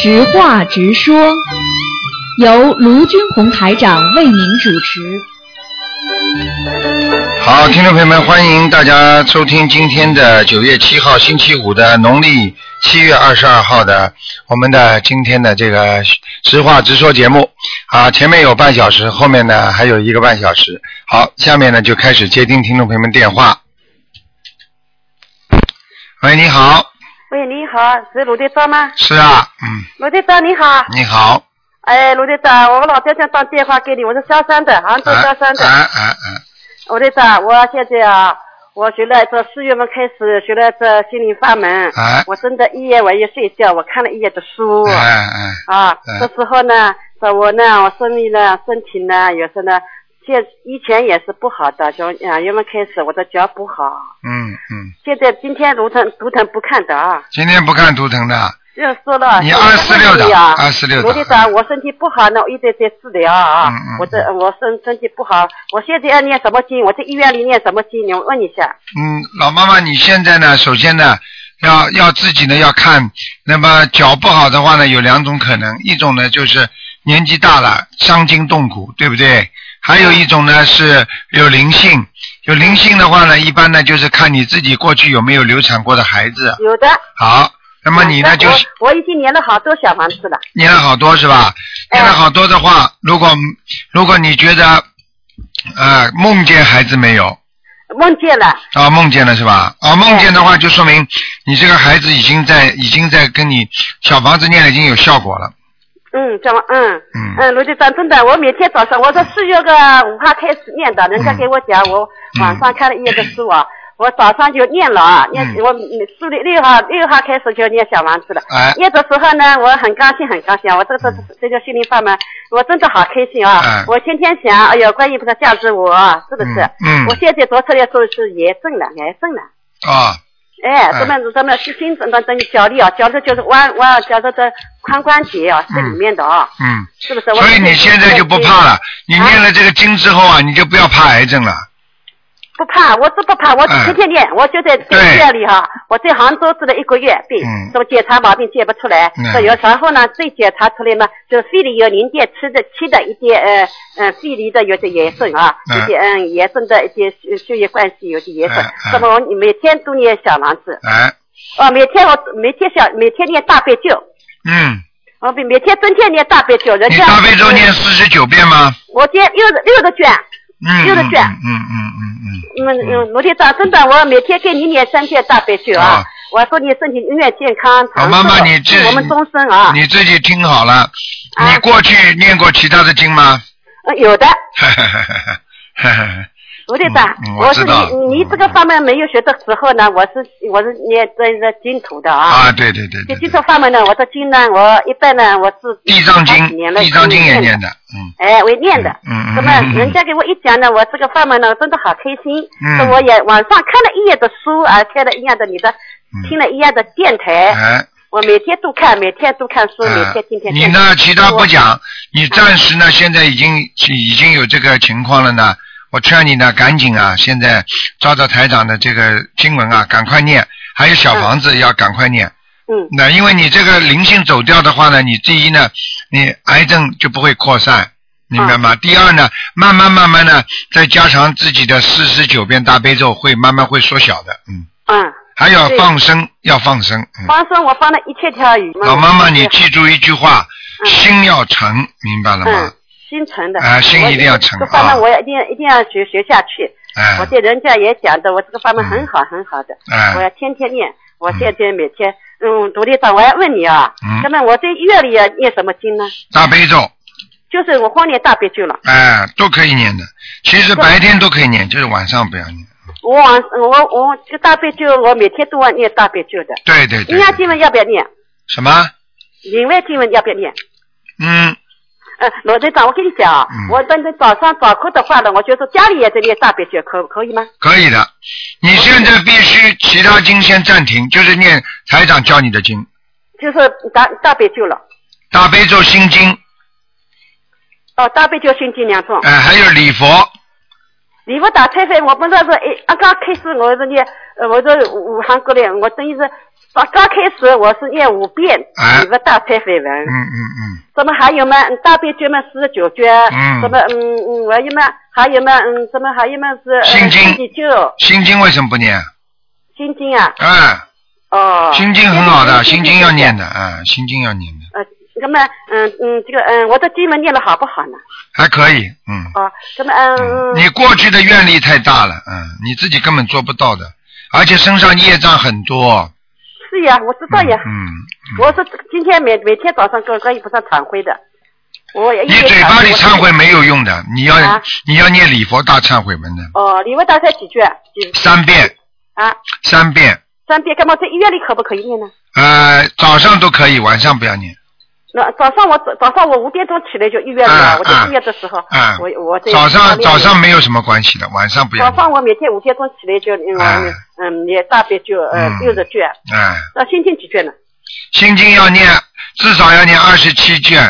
实话直说，由卢军红台长为您主持。 好，听众朋友们，欢迎大家收听今天的9月7号星期五的农历7月22号的我们的今天的这个实话直说节目啊，前面有半小时，后面呢还有1个半小时。好，下面呢就开始接听听众朋友们电话。喂，你好。 喂，你好，是卢队长吗？ 是啊， 卢队长你好。 你好。 哎，卢队长，我老爹想打电话给你，我是萧山的，杭州萧山的。卢队长，我现在啊，我学了这4月份开始学了这心灵法门，我真的1夜我也睡觉，我看了1夜的书，这时候呢，我生命呢，身体呢，有时呢，以前也是不好的，从2月份开始我的脚不好，现在今天图腾不看的啊， 今天不看图腾的。 就说了， 你26的，26的。 卢队长，我身体不好呢，我一直在治疗啊。我身体不好，我现在要念什么经？我在医院里念什么经？你问一下。 老妈妈，你现在呢？首先呢，要自己呢要看，那么脚不好的话呢，有2种可能，一种呢就是年纪大了，伤筋动骨，对不对？还有一种呢是有灵性，有灵性的话呢，一般呢就是看你自己过去有没有流产过的孩子。 有的。 好。那么你呢？就是我已经念了好多小房子了。 念了好多是吧？念了好多的话，如果你觉得梦见孩子没有？ 梦见了。 梦见了是吧？梦见的话就说明你这个孩子已经在跟你小房子念了已经有效果了。 卢队长，真的，我每天早上我说4月5号开始念的，人家给我讲，我晚上看了1页的书啊。我早上就念了啊，我4月6号开始就念小房子了。念的时候呢，我很高兴，我这叫心灵法门，我真的好开心啊！我天天想，哎呦，观音菩萨加持我，是不是？我现在做出来说是癌症了。咱们心脏等于脚力啊，脚力就是弯，叫做这髋关节啊，这里面的啊。是不是？ 所以你现在就不怕了，你念了这个经之后啊，你就不要怕癌症了。 不怕，我是不怕，我天天练，我就在医院里哈，我在杭州治了1个月病，什么检查毛病检不出来，然后呢，再检查出来嘛，就是肺里有0.7的一点肺里的有点炎症啊，一点炎症的一些血液关系有点炎症，那么我每天都念小房子，每天念大悲咒，我每天真天念大悲咒，人家你大悲咒念49遍吗？ 我念6的卷。卢队长，真的，我每天给你念3遍大悲咒啊！我说你身体永远健康长寿， 妈妈， 我们终身啊！ 你自己听好了，你过去念过其他的经吗？ 有的。卢队长，我是你这个方面没有学的时候呢，我是念这经图的啊。 对。 就经图方面呢，我的经呢，我一般呢，我是地藏经也念的， 我念的。那么人家给我一讲呢，我这个方面呢，真的好开心。我也晚上看了1页的书啊，看了1样的听了1样的电台。我每天都看书，每天听。 你呢？其他不讲，你暂时呢，现在已经有这个情况了呢。我劝你呢，赶紧啊！现在照着台长的这个经文啊，赶快念，还有小房子要赶快念。那因为你这个灵性走掉的话呢，你第一呢，你癌症就不会扩散，明白吗？第二呢，慢慢呢，再加强自己的49遍大悲咒，会慢慢会缩小的。还要放生，放生， 我放了1000条鱼。 老妈妈，你记住一句话，心要诚，明白了吗？ 心诚的心一定要诚。 这方面我一定要学下去。我对人家也讲的，我这个方面很好的。我要天天念。我现在每天，卢队长，我要问你啊，那么我在医院里要念什么经呢？ 大悲咒。 就是我光念大悲咒了。 都可以念的。其实白天都可以念，就是晚上不要念。 我这大悲咒，我每天都要念大悲咒的。 对。 阴阳经文要不要念？ 什么？ 灵外经文要不要念？罗队长，我跟你讲啊，我等早上早课的话呢，我觉得家里也在念大悲咒，可以吗？ 可以的。你现在必须其他经先暂停，就是念台长教你的经。 就是大悲咒了。 大悲咒心经。 大悲咒心经2种。 还有礼佛。 礼佛大忏悔，我本来是刚开始我是念我是武汉过来，我等于是刚开始我是念5遍礼佛大忏悔文。什么还有嘛？大悲咒嘛49卷。什么还有嘛？还有嘛？什么还有嘛是心经。 咒。 心经为什么不念？ 心经啊。 心经很好的，心经要念的，心经要念的。 那么这个我的经文念的好不好呢？ 还可以， 那么你过去的愿力太大了，你自己根本做不到的，而且身上业障很多。 是呀，我知道呀。我是今天每天早上跟观音菩萨忏悔的。 你嘴巴里忏悔没有用的，你要念礼佛大忏悔文的。 礼佛大忏几句 ？3遍。3遍。 3遍，干嘛在医院里可不可以念呢？ 早上都可以，晚上不要念。 那早上我5点钟起来就医院了，我在医院的时候，我早上没有什么关系的，晚上不要。 早上我每天5点钟起来就念大悲咒60卷。那心经几卷呢？ 心经要念，至少要念27卷。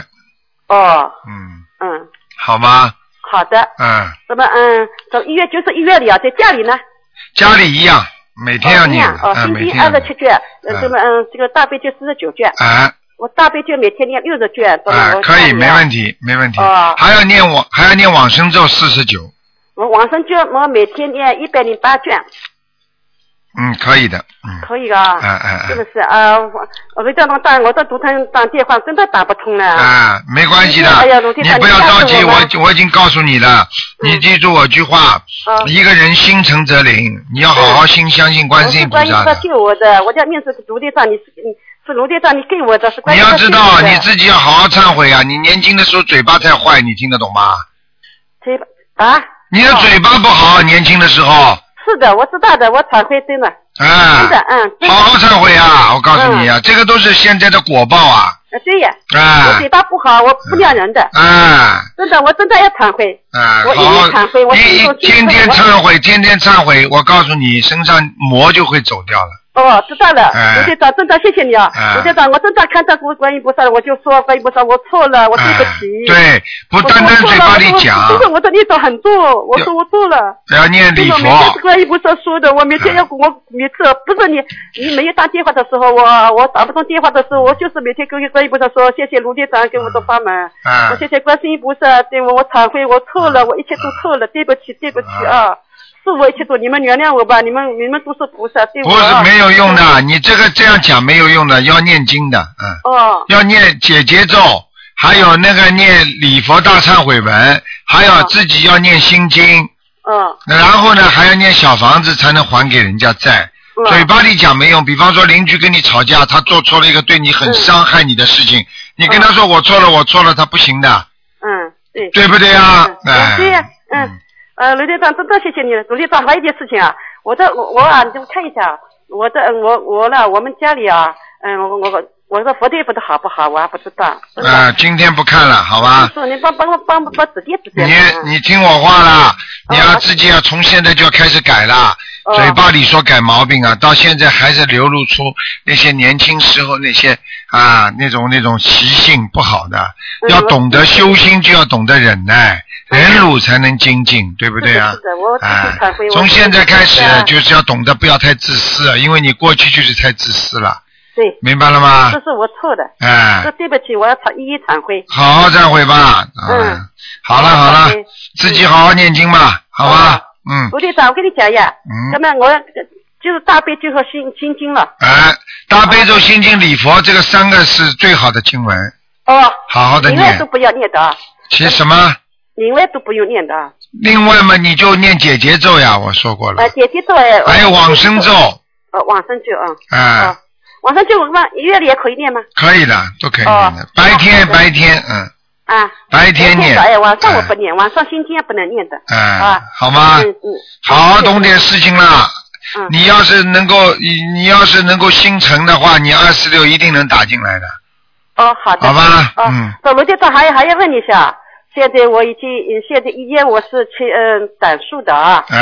好吗？ 好的。那么在医院就是医院里啊，在家里呢？ 家里一样，每天要念。 心经27卷，这个大悲咒49卷。我大悲咒每天念60卷。 可以，没问题，没问题。还要念往生咒49。 我往生咒我每天念108卷。 可以的。 可以啊。是不是我这样打我这读通打电话真的打不通了。没关系的。 你不要着急，我已经告诉你了。你记住我句话，一个人心诚则灵，你要好好相信观世音菩萨的。 观音救我的，我叫面是卢队长，是卢队长，你给我的是观音。 你要知道你自己要好好忏悔啊！你年轻的时候嘴巴太坏，你听得懂吗？ 嘴巴你的嘴巴不好，年轻的时候。 是的，我知道的，我忏悔真的。真的， 好好忏悔啊！我告诉你啊，这个都是现在的果报啊。 对呀。我嘴巴不好，我不谅人的。真的，我真的要忏悔。我一定忏悔， 天天忏悔，天天忏悔，我告诉你，身上魔就会走掉了。 知道了，卢队长，真的谢谢你啊，卢队长，我真的看到观音菩萨，我就说观音菩萨，我错了，我对不起。 对，不单单嘴巴里讲。 就是我的孽障很多，我说我错了。 要念礼佛。 每天是观音菩萨说的，我每天我每次不是你没有打电话的时候，我打不通电话的时候，我就是每天跟观音菩萨说，谢谢卢队长给我的法门，我谢谢观世音菩萨对我忏悔，我错了，我一切都错了，对不起啊。是我一切做，你们原谅我吧，你们都是菩萨，对我。不是没有用的，你这样讲没有用的，要念经的，要念解结咒，还有那个念礼佛大忏悔文，还有自己要念心经，然后呢还要念小房子才能还给人家债。嘴巴里讲没用，比方说邻居跟你吵架，他做错了一个对你很伤害你的事情，你跟他说我错了，他不行的。 对。 对不对啊？ 对呀，卢队长，真的谢谢你。卢队长，还有一件事情啊，我你看一下，我们家里啊，我的佛台不的好不好，我还不知道。 今天不看了，好吧？ 是你帮指点。 你听我话啦，你要自己从现在就要开始改了。嘴巴里说改毛病啊，到现在还是流露出那些年轻时候那些那种习性不好的。要懂得修心，就要懂得忍耐。忍辱才能精进，对不对啊？ 是的，我忏悔。 从现在开始就是要懂得不要太自私，因为你过去就是太自私了。 对。 明白了吗？ 这是我错的。这对不起，我要一一忏悔。 好好忏悔吧。好了，自己好好念经吧，好吧。 卢队长，我跟你讲呀，那么我就是大悲咒和心经了。 大悲咒、心经、礼佛这个3个是最好的经文。好好的念。 另外都不要念的。 写什么？ 另外都不用念的。 另外嘛，你就念解结咒呀，我说过了。 解结咒还有往生咒。 往生咒往生咒我们医院里也可以念吗？ 可以的，都可以念的。白天白天念。 晚上我不念，晚上心经也不能念的。 好吗？好好懂点事情啦。你要是能够心诚的话，你26一定能打进来的。 好的。 好吧。 卢队长还要问一下。现在医院我是去胆素的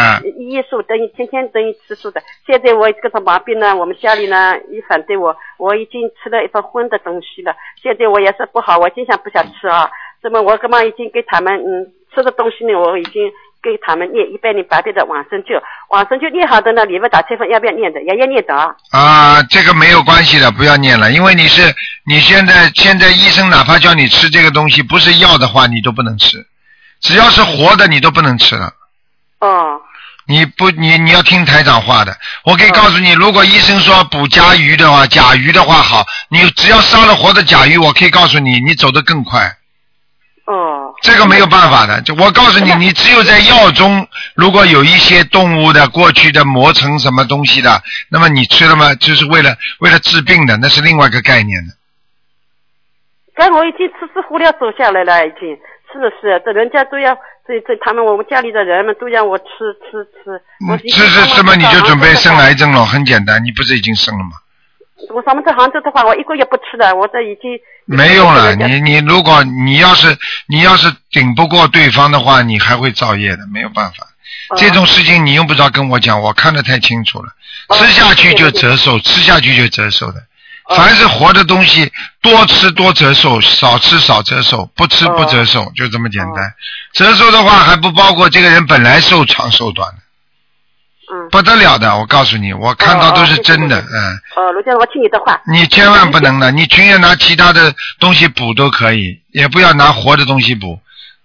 1亿素等于天等于吃素的。现在我这个毛病呢，我们家里呢一反对我已经吃了一份荤的东西了。现在我也是不好，我经常不想吃啊。那么我刚刚已经给他们吃的东西呢，我已经给他们念108遍的往生咒，往生咒念好的呢，礼佛大忏悔要不要念的？也要念的啊。 啊，这个没有关系的，不要念了，因为你现在医生哪怕叫你吃这个东西，不是药的话，你都不能吃，只要是活的你都不能吃了。 哦。 你要听台长话的，我可以告诉你，如果医生说捕甲鱼的话，甲鱼的话好，你只要杀了活的甲鱼，我可以告诉你，你走得更快。 哦。 这个没有办法的，就我告诉你，你只有在药中，如果有一些动物的过去的磨成什么东西的，那么你吃了嘛，就是为了治病的，那是另外一个概念的。 但我已经吃糊了走下来了，已经是，这人家都要，这他们我们家里的人们都让我吃。 吃嘛，你就准备生癌症了，很简单，你不是已经生了吗？ 我咱们在杭州的话，我1个月不吃的，我这已经没用了。如果你要是顶不过对方的话，你还会造业的，没有办法。这种事情你用不着跟我讲，我看得太清楚了。吃下去就折寿，吃下去就折寿的。凡是活的东西，多吃多折寿，少吃少折寿，不吃不折寿，就这么简单。折寿的话还不包括这个人本来寿长寿短的。不得了的，我告诉你，我看到都是真的。 卢先生，我听你的话。 你千万不能的，你情愿拿其他的东西补都可以，也不要拿活的东西补。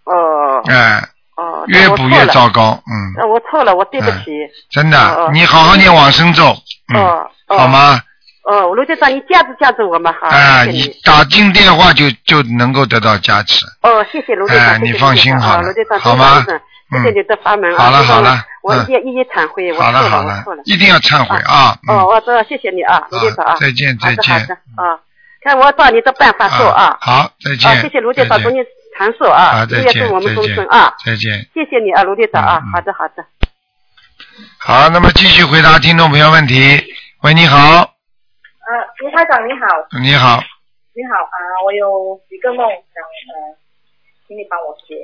越补越糟糕。 我错了，我对不起。 真的，你好好念往生咒。好吗？ 卢先生，你加持我们好。 你打进电话就能够得到加持。 谢谢卢先生。 你放心好了， 好吗？ 谢谢你的法门啊！好了， 我一一忏悔，我错了， 一定要忏悔啊！ 我知道，谢谢你啊，卢队长啊！ 再见。 好的看我照你的办法做啊！ 好，再见。 谢谢卢队长，祝你长寿啊！ 再见， 祝我们终身啊！ 再见。 谢谢你啊，卢队长啊！好的。 好，那么继续回答听众朋友问题。喂，你好。 卢台长你好。 你好。 你好我有几个梦想请你帮我解。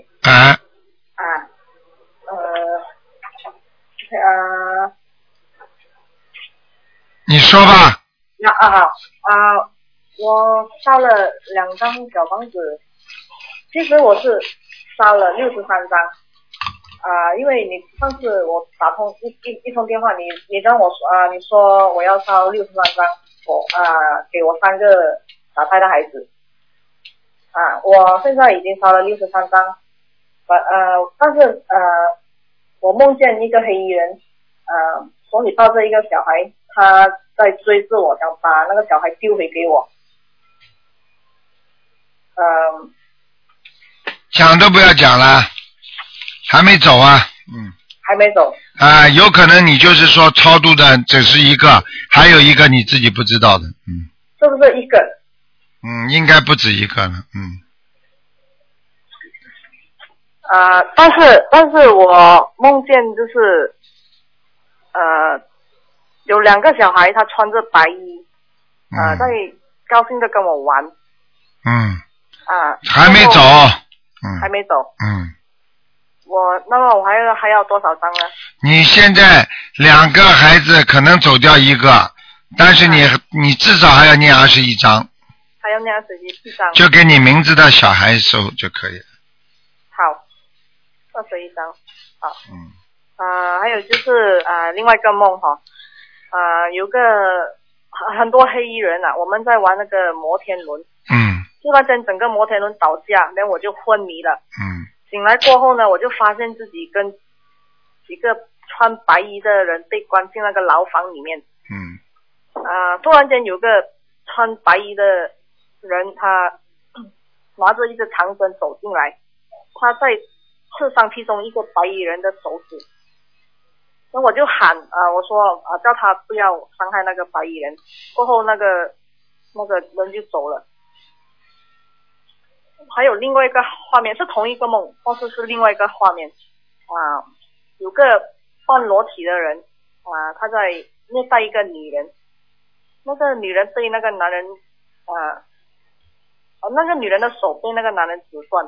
你说吧。 我烧了2张小房子，其实我是烧了63张。因为你上次我打通一通电话，你跟我说你说我要烧63张，给我3个打胎的孩子。我现在已经烧了63张。但是我梦见一个黑衣人，手里抱着一个小孩，他在追着我，想把那个小孩丢回给我。 讲都不要讲了，还没走啊。 还没走。 有可能你就是说超度的只是一个，还有一个你自己不知道的。 是不是一个？ 应该不止一个了。 但是我梦见就是有2个小孩，他穿着白衣，在高兴的跟我玩。 还没走。 还没走。那么我还要多少张呢？ 你现在2个孩子可能走掉1个，但是你至少还要念21张。 还要念21张。 就给你名字的小孩收就可以了。 好，21张。好。还有就是另外一个梦哈，有个很多黑衣人我们在玩那个摩天轮。突然间整个摩天轮倒下，然后我就昏迷了。醒来过后呢，我就发现自己跟几个穿白衣的人被关进那个牢房里面。突然间有个穿白衣的人，他拿着一个长针走进来，他在刺伤其中一个白衣人的手指。那我就喊我说叫他不要伤害那个白衣人。过后那个人就走了。还有另外一个画面，是同一个梦，但是是另外一个画面。有个半裸体的人他在虐待一个女人，那个女人被那个男人那个女人的手被那个男人折断。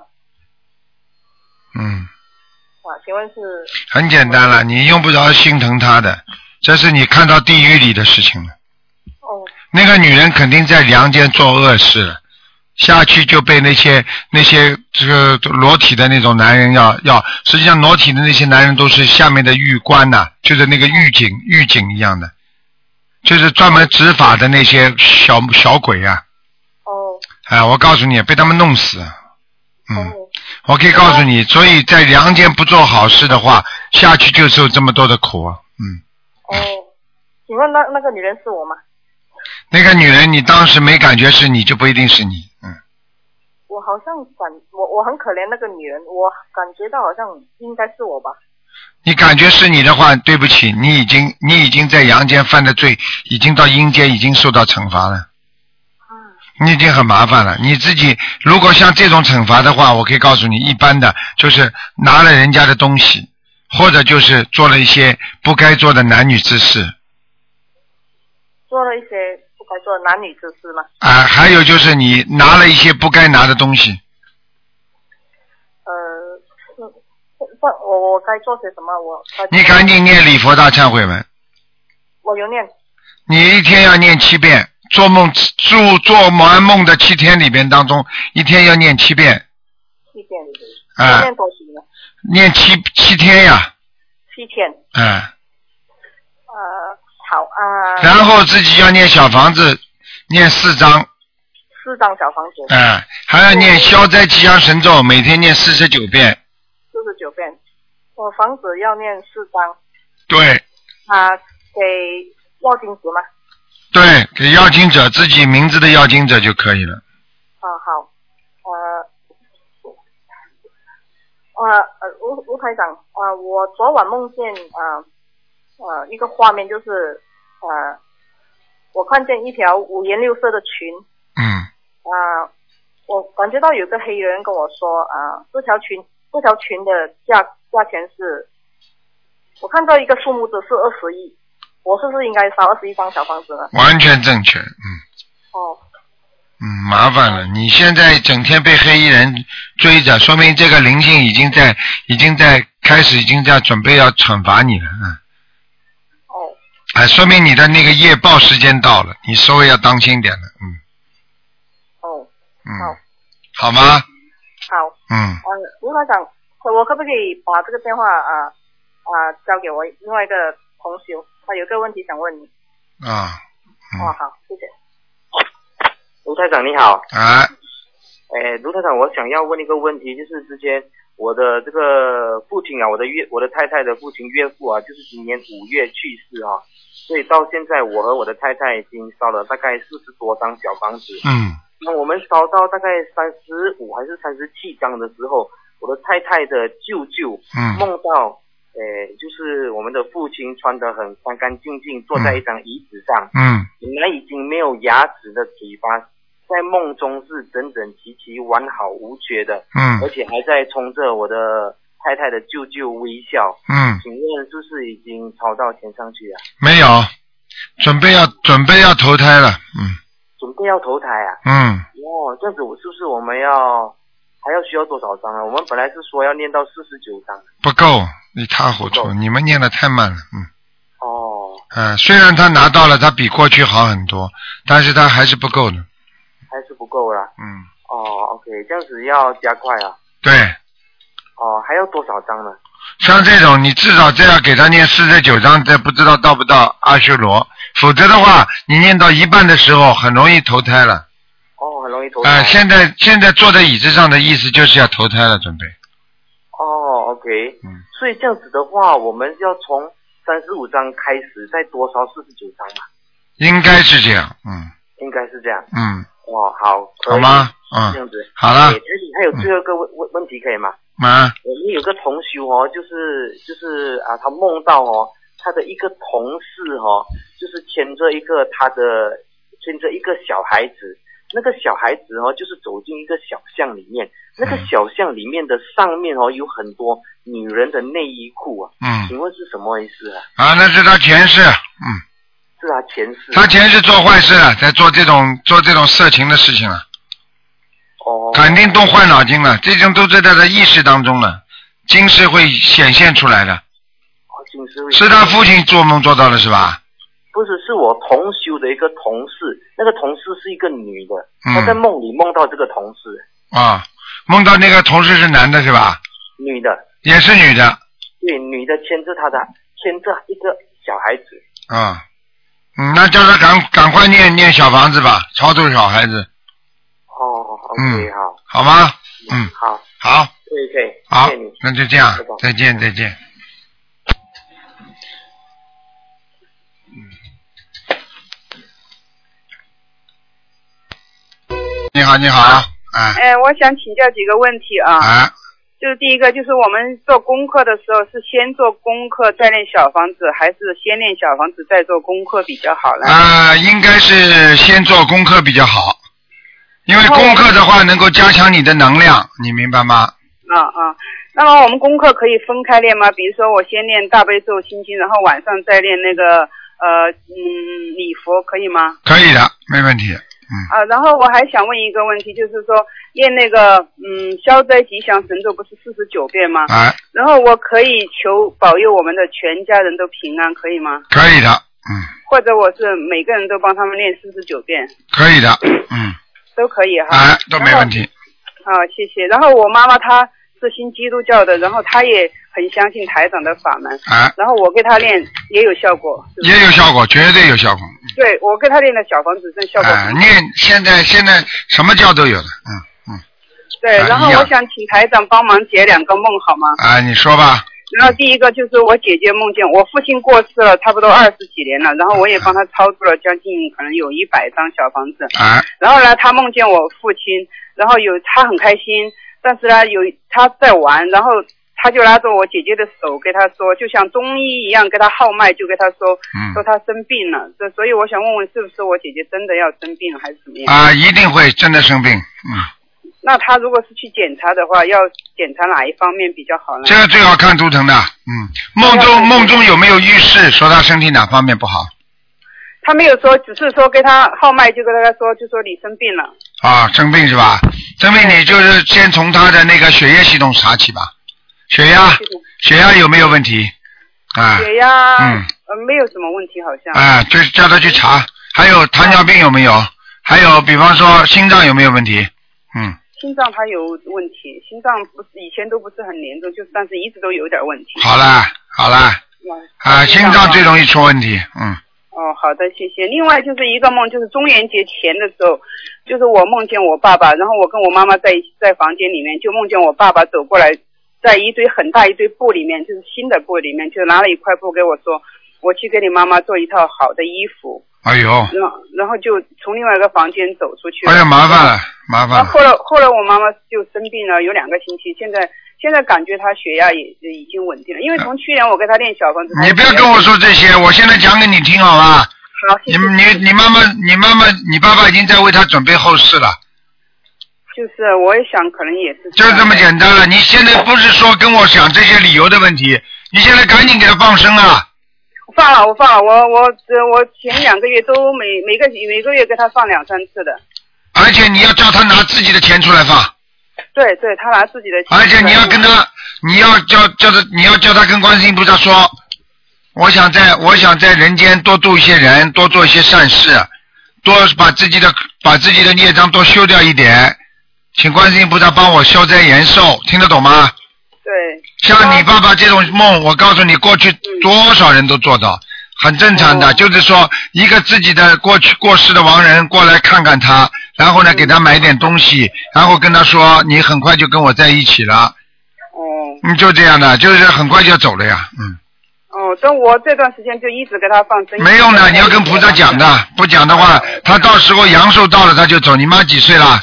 请问是？ 很简单了，你用不着心疼他的，这是你看到地狱里的事情了。那个女人肯定在阳间做恶事了， 下去就被那些这个裸体的那种男人要，实际上裸体的那些男人都是下面的狱官呐，就是那个狱警一样的，就是专门执法的那些小鬼啊。我告诉你，被他们弄死。我可以告诉你，所以在阳间不做好事的话，下去就受这么多的苦啊。 请问那个女人是我吗？ 那个女人你当时没感觉是你，就不一定是你。 我好像我很可怜那个女人，我感觉到好像应该是我吧。 你感觉是你的话，对不起，你已经在阳间犯的罪，已经到阴间已经受到惩罚了。你已经很麻烦了。你自己如果像这种惩罚的话，我可以告诉你，一般的就是拿了人家的东西，或者就是做了一些不该做的男女之事。 做了一些不该做的男女之事吗？ 还有就是你拿了一些不该拿的东西。 我该做些什么？ 你赶紧念礼佛大忏悔文。 我有念。 你一天要念7遍。做完梦的7天里边当中，一天要念7遍。 7遍。念多少呢？ 念7天呀。 7天。好啊。 然后自己要念小房子，念4张。 4张小房子。 还要念消灾吉祥神咒，每天念49遍。 49遍。我房子要念4张。 对。 给要金子吗？ 对，给要经者，自己名字的要经者就可以了。 好。卢台长，我昨晚梦见一个画面，就是我看见一条5颜6色的裙。我感觉到有个黑人跟我说这条裙的价钱是，我看到一个数目字是20亿。我是不是应该烧21张小房子呢？ 完全正确。麻烦了，你现在整天被黑衣人追着，说明这个灵性已经在开始，已经在准备要惩罚你了。说明你的那个业报时间到了，你稍微要当心点了。好吗？ 好。卢台长，我可不可以把这个电话交给我另外一个同修？他有个问题想问你。好，谢谢。 卢台长你好。卢台长，我想要问一个问题，就是之前我的这个父亲我的太太的父亲岳父就是今年5月去世所以到现在我和我的太太已经烧了大概40多张小房子。那我们烧到大概35还是37张的时候，我的太太的舅舅梦到就是我们的父亲穿得很干干净净，坐在一张椅子上。本来已经没有牙齿的嘴巴，在梦中是整整齐齐完好无缺的。而且还在冲着我的太太的舅舅微笑。请问是不是已经超到天上去了？ 没有，准备要投胎了。 准备要投胎啊？这样子是不是我们还要需要多少张啊？我们本来是说要念到49张。不够，一塌糊涂，你们念得太慢了。虽然他拿到了，他比过去好很多，但是他还是不够的。 还是不够啦。OK， 这样子要加快啊。 对。 还要多少张呢？ 像这种，你至少这样给他念49张，这不知道到不到阿修罗，否则的话，你念到一半的时候，很容易投胎了。 很容易投胎。 现在坐在椅子上的意思就是要投胎了，准备。 OK。所以这样子的话，我们要从35张开始，再多烧49张嘛？应该是这样。 应该是这样。 好。好吗？ 这样子。 好了。 还有最后一个问题可以吗？我们有个同修就是他梦到他的一个同事就是牵着一个小孩子，那个小孩子就是走进一个小巷里面，那个小巷里面的上面有很多女人的内衣裤请问是什么意思啊？ 那是他前世。 是他前世。 他前世做坏事了，在做这种色情的事情了。肯定动坏脑筋了，这种都在他的意识当中了，今世会显现出来的。 今世会。 是他父亲做梦做到了是吧？ 不是，是我同修的一个同事，那个同事是一个女的，她在梦里梦到这个同事。啊， 梦到那个同事是男的是吧？ 女的。 也是女的。 对，女的牵着一个小孩子。 啊，那叫他赶快念小房子吧，超度小孩子。 OK， 好吗？好。 可以。 好，那就这样，再见。你好。 我想请教几个问题啊。就是第一个，就是我们做功课的时候是先做功课再练小房子，还是先练小房子再做功课比较好呢？ 应该是先做功课比较好，因为功课的话能够加强你的能量，你明白吗？ 那么我们功课可以分开练吗？比如说我先练大悲咒心经，然后晚上再练那个礼佛，可以吗？ 可以的，没问题。 然后我还想问一个问题，就是说念那个消灾吉祥神咒不是49遍吗？然后我可以求保佑我们的全家人都平安，可以吗？ 可以的。 或者我是每个人都帮他们念49遍？ 可以的。 都可以哈。 都没问题。 谢谢。然后我妈妈她是信基督教的，然后她也很相信台长的法门。然后我给她练也有效果。 也有效果，绝对有效果。 对，我给她练的小房子真效果很好。 念现在什么教都有的。 对，然后我想请台长帮忙解2个梦好吗？ 你说吧。 然后第一个就是我姐姐梦见我父亲过世了，差不多20几年了，然后我也帮他操作了将近可能有100张小房子。然后呢，他梦见我父亲，然后他很开心，但是呢他在玩，然后他就拉着我姐姐的手跟他说，就像中医一样给他号脉，就跟他说他生病了。所以我想问问是不是我姐姐真的要生病了还是怎么样？ 一定会真的生病。 那他如果是去检查的话，要检查哪一方面比较好呢？ 这个最好看图腾的。梦中有没有预示说他身体哪方面不好？ 他没有说，只是说给他号脉，就跟他说，就说你生病了。 生病是吧？生病你就是先从他的那个血液系统查起吧。血压有没有问题？ 血压没有什么问题好像。 就叫他去查。还有糖尿病有没有？还有比方说心脏有没有问题？ 心脏它有问题，心脏不是以前都不是很严重，但是一直都有点问题。 好了，心脏最容易出问题。 好的，谢谢。另外就是一个梦，就是中元节前的时候，就是我梦见我爸爸，然后我跟我妈妈在房间里面，就梦见我爸爸走过来，在很大一堆布里面，就是新的布里面，就拿了一块布给我说，我去给你妈妈做一套好的衣服。然后就从另外一个房间走出去。 麻烦了。 后来我妈妈就生病了，有2个星期，现在感觉她血压也已经稳定了，因为从去年我给她练小房子。 你不要跟我说这些，我现在讲给你听好吧？ 好，谢谢。 你妈妈，你爸爸已经在为她准备后事了。 就是我也想可能也是。 就这么简单了，你现在不是说跟我讲这些理由的问题，你现在赶紧给她放生啊！ 我放了，我前2个月都每个月给他放2-3次的。 而且你要叫他拿自己的钱出来放。 对，他拿自己的钱。 而且你要跟他，你要叫他跟观世音菩萨说，我想在人间多度一些人，多做一些善事，多把自己的孽障多修掉一点，请观世音菩萨帮我消灾延寿，听得懂吗？ 对。 像你爸爸这种梦，我告诉你，过去多少人都做到，很正常的。就是说，一个自己的过世的亡人过来看看他，然后呢给他买点东西，然后跟他说，你很快就跟我在一起了。就这样的，就是很快就要走了呀。 等我这段时间就一直给他放生。 没用的，你要跟菩萨讲的，不讲的话，他到时候阳寿到了他就走。你妈几岁了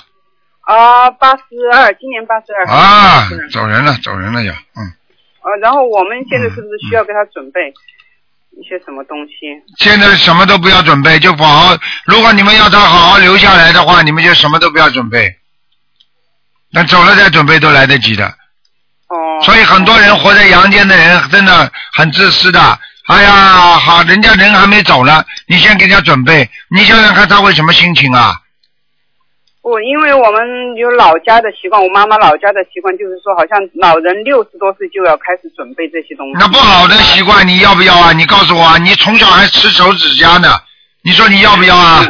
？82，今年82。 走人了要。 然后我们现在是不是需要给他准备一些什么东西？ 现在什么都不要准备，就如果你们要他好好留下来的话，你们就什么都不要准备。那走了再准备都来得及的。所以很多人活在阳间的人真的很自私的。好，人家人还没走呢，你先给人家准备，你想想看他会什么心情啊？ 因为我们有老家的习惯，我妈妈老家的习惯就是说，好像老人60多岁就要开始准备这些东西。 那不好的习惯，你要不要啊？你告诉我啊！你从小还吃手指甲呢，你说你要不要啊？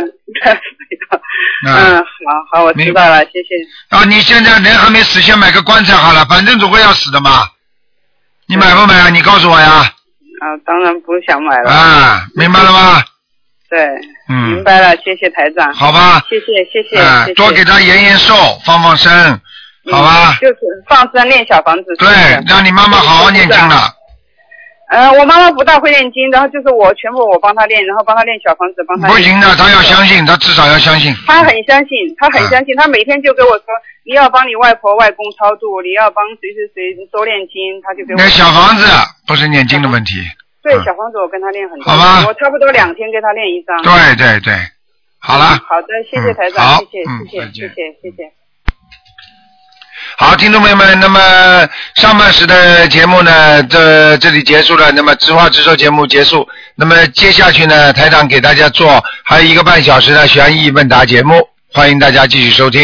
好，我知道了，谢谢。 啊，你现在人还没死，先买个棺材好了，反正总归要死的嘛。你买不买啊？你告诉我呀。 当然不想买了。 明白了吗？ 对，明白了，谢谢台长。 好吧。 谢谢。 多给他延寿，放生，好吧。 就是放生练小房子。 对，让你妈妈好好念经了。 我妈妈不大会念经，然后就是全部我帮她练，然后帮她练小房子，帮她。 不行的，她要相信，她至少要相信。 她很相信，她每天就跟我说，你要帮你外婆外公超度，你要帮谁多练经，她就给我。 那小房子不是念经的问题。 对，小房子我跟她练很多。 好吧。 我差不多2天给她练1张。 对，好了。 好的，谢谢台长，谢谢。 好，听众朋友们，那么上半时的节目呢，这里结束了，那么直话直说节目结束，那么接下去呢，台长给大家做还有1个半小时的悬疑问答节目，欢迎大家继续收听。